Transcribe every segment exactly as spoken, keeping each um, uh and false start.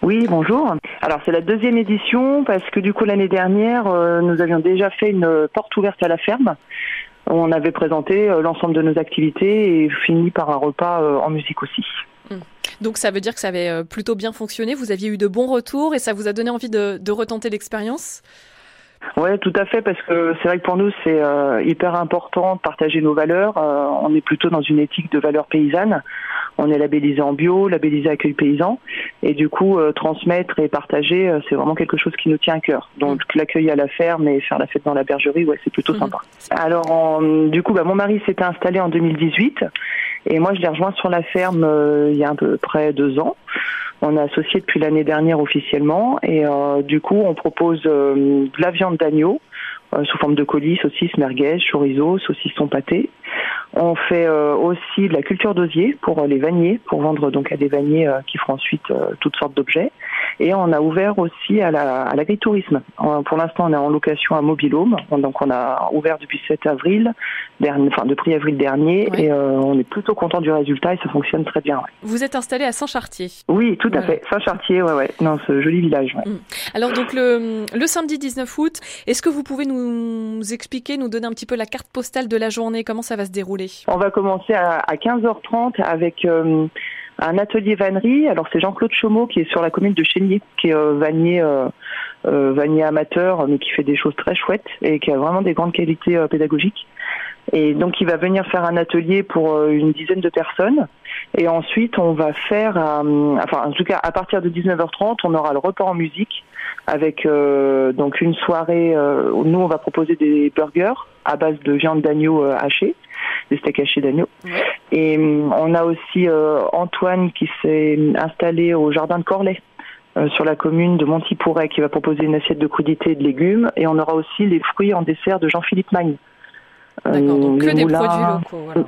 Oui, bonjour. Alors c'est la deuxième édition parce que du coup l'année dernière, euh, nous avions déjà fait une porte ouverte à la ferme. On avait présenté euh, l'ensemble de nos activités et fini par un repas euh, en musique aussi. Mmh. Donc ça veut dire que ça avait plutôt bien fonctionné, vous aviez eu de bons retours et ça vous a donné envie de, de retenter l'expérience ? Ouais, tout à fait, parce que c'est vrai que pour nous c'est euh, hyper important de partager nos valeurs. Euh, on est plutôt dans une éthique de valeurs paysannes. On est labellisé en bio, labellisé accueil paysan, et du coup euh, transmettre et partager, euh, c'est vraiment quelque chose qui nous tient à cœur. Donc mmh. l'accueil à la ferme et faire la fête dans la bergerie, ouais, c'est plutôt mmh. sympa. Alors en, du coup, bah, mon mari s'était installé en deux mille dix-huit, et moi je l'ai rejoint sur la ferme euh, il y a à peu près deux ans. On est associés depuis l'année dernière officiellement, et euh, du coup on propose euh, de la viande d'agneau euh, sous forme de colis, saucisses, merguez, chorizo, saucisson pâté. On fait euh, aussi de la culture d'osier pour euh, les vanniers, pour vendre donc à des vanniers euh, qui feront ensuite euh, toutes sortes d'objets. Et on a ouvert aussi à la à l'agritourisme. Euh, pour l'instant, on est en location à Mobilhome, donc on a ouvert depuis sept avril, dernier, enfin depuis avril dernier, ouais. et euh, on est plutôt content du résultat et ça fonctionne très bien. Ouais. Vous êtes installé à Saint-Chartier. Oui, tout à ouais. fait, Saint-Chartier, ouais, ouais, dans ce joli village. Ouais. Mmh. Alors donc le le samedi dix-neuf août, est-ce que vous pouvez nous expliquer, nous donner un petit peu la carte postale de la journée, comment ça va se dérouler ? On va commencer à, à quinze heures trente avec euh, un atelier vannerie. Alors c'est Jean-Claude Chaumeau qui est sur la commune de Chénier, qui est euh, vannier, euh, euh, vannier amateur, mais qui fait des choses très chouettes et qui a vraiment des grandes qualités euh, pédagogiques. Et donc il va venir faire un atelier pour euh, une dizaine de personnes. Et ensuite on va faire, euh, enfin en tout cas à partir de dix-neuf heures trente, on aura le repas en musique avec euh, donc une soirée euh, où nous on va proposer des burgers à base de viande d'agneau euh, hachée, des steaks hachés d'agneau. Ouais. Et euh, on a aussi euh, Antoine qui s'est installé au jardin de Corlay, euh, sur la commune de Montipourret, qui va proposer une assiette de crudités et de légumes. Et on aura aussi les fruits en dessert de Jean-Philippe Magne. D'accord, donc euh, que des moulins, produits locaux, voilà.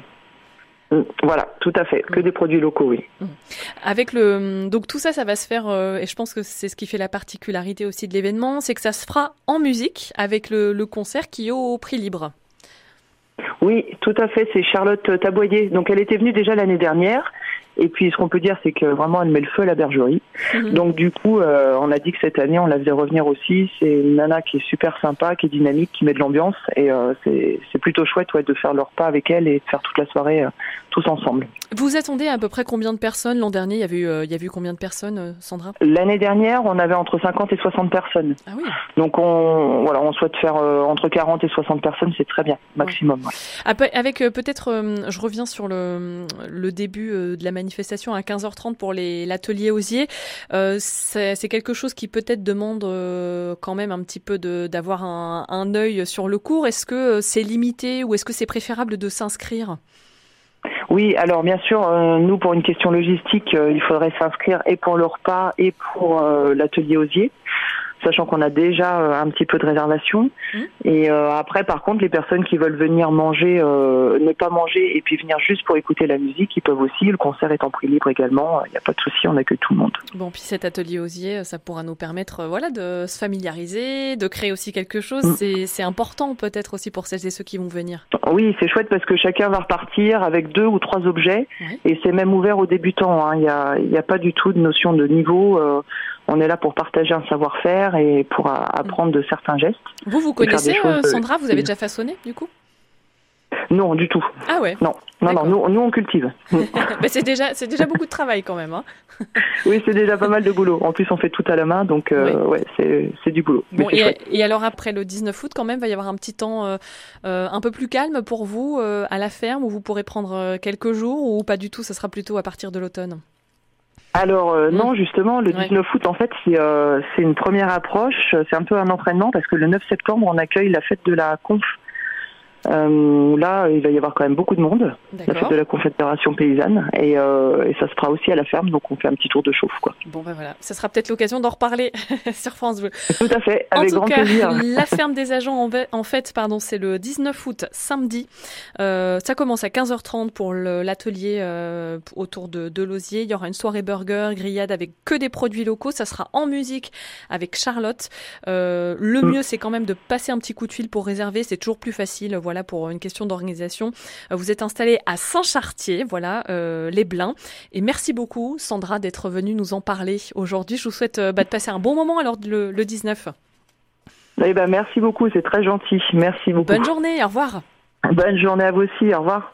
Voilà, tout à fait, que des produits locaux, oui. Avec le, donc tout ça, ça va se faire, euh, et je pense que c'est ce qui fait la particularité aussi de l'événement, c'est que ça se fera en musique avec le, le concert qui est au prix libre. Oui, tout à fait, c'est Charlotte Taboyer. Donc elle était venue déjà l'année dernière. Et puis ce qu'on peut dire, c'est que vraiment elle met le feu à la bergerie. Mmh. Donc du coup, euh, on a dit que cette année, on la faisait revenir aussi. C'est une nana qui est super sympa, qui est dynamique, qui met de l'ambiance. Et euh, c'est, c'est plutôt chouette ouais, de faire le repas avec elle et de faire toute la soirée euh, tous ensemble. Vous attendez à peu près combien de personnes l'an dernier ? Il y avait eu, euh, il y avait eu combien de personnes, euh, Sandra ? L'année dernière, on avait entre cinquante et soixante personnes. Ah oui. Donc on, voilà, on souhaite faire euh, entre quarante et soixante personnes, c'est très bien, maximum. Ouais. Ouais. Avec euh, peut-être, euh, je reviens sur le, le début euh, de la manifestation à quinze heures trente pour les, l'atelier osier. Euh, c'est, c'est quelque chose qui peut-être demande euh, quand même un petit peu de, d'avoir un, un œil sur le cours. Est-ce que c'est limité ou est-ce que c'est préférable de s'inscrire ? Oui, alors bien sûr, euh, nous pour une question logistique, euh, il faudrait s'inscrire et pour le repas et pour euh, l'atelier osier, sachant qu'on a déjà euh, un petit peu de réservation. Mmh. Et euh, après, par contre, les personnes qui veulent venir manger, euh, ne pas manger et puis venir juste pour écouter la musique, ils peuvent aussi. Le concert est en prix libre également. Il n'y a pas de souci, on accueille tout le monde. Bon, puis cet atelier osier, ça pourra nous permettre, euh, voilà, de se familiariser, de créer aussi quelque chose. Mmh. C'est, c'est important peut-être aussi pour celles et ceux qui vont venir. Oui, c'est chouette parce que chacun va repartir avec deux ou trois objets. Oui. Et c'est même ouvert aux débutants. Hein. Il n'y a, il n'y a pas du tout de notion de niveau. Euh, On est là pour partager un savoir-faire et pour apprendre de certains gestes. Vous, vous connaissez, euh, Sandra, vous avez déjà façonné, du coup ? Non, du tout. Ah ouais. Non, non, non nous, nous on cultive. Mais c'est déjà, c'est déjà beaucoup de travail quand même. Hein. Oui, c'est déjà pas mal de boulot. En plus, on fait tout à la main, donc euh, oui. ouais, c'est, c'est du boulot. Bon, et, et alors après le dix-neuf août, quand même, va y avoir un petit temps euh, euh, un peu plus calme pour vous euh, à la ferme, où vous pourrez prendre quelques jours, ou pas du tout, ça sera plutôt à partir de l'automne ? Alors euh, mmh. non, justement, le dix-neuf août, en fait, c'est, euh, c'est une première approche. C'est un peu un entraînement parce que le neuf septembre, on accueille la fête de la conf. Euh, là, il va y avoir quand même beaucoup de monde, D'accord. la fête de la Confédération paysanne, et, euh, et ça se fera aussi à la ferme, donc on fait un petit tour de chauffe, quoi. Bon ben voilà, ça sera peut-être l'occasion d'en reparler sur France Bleu. Tout à fait, avec grand plaisir. En tout cas, la ferme des agents en, en fait, pardon, c'est le dix-neuf août, samedi. Euh, ça commence à quinze heures trente pour le, l'atelier euh, autour de, de l'osier. Il y aura une soirée burger, grillade avec que des produits locaux. Ça sera en musique avec Charlotte. Euh, le mmh. mieux, c'est quand même de passer un petit coup de fil pour réserver. C'est toujours plus facile. Voilà. voilà, pour une question d'organisation. Vous êtes installée à Saint-Chartier, voilà, euh, les Blains. Et merci beaucoup, Sandra, d'être venue nous en parler aujourd'hui. Je vous souhaite euh, bah, de passer un bon moment alors le, le dix-neuf. Eh ben, merci beaucoup, c'est très gentil. Merci beaucoup. Bonne journée, au revoir. Bonne journée à vous aussi, au revoir.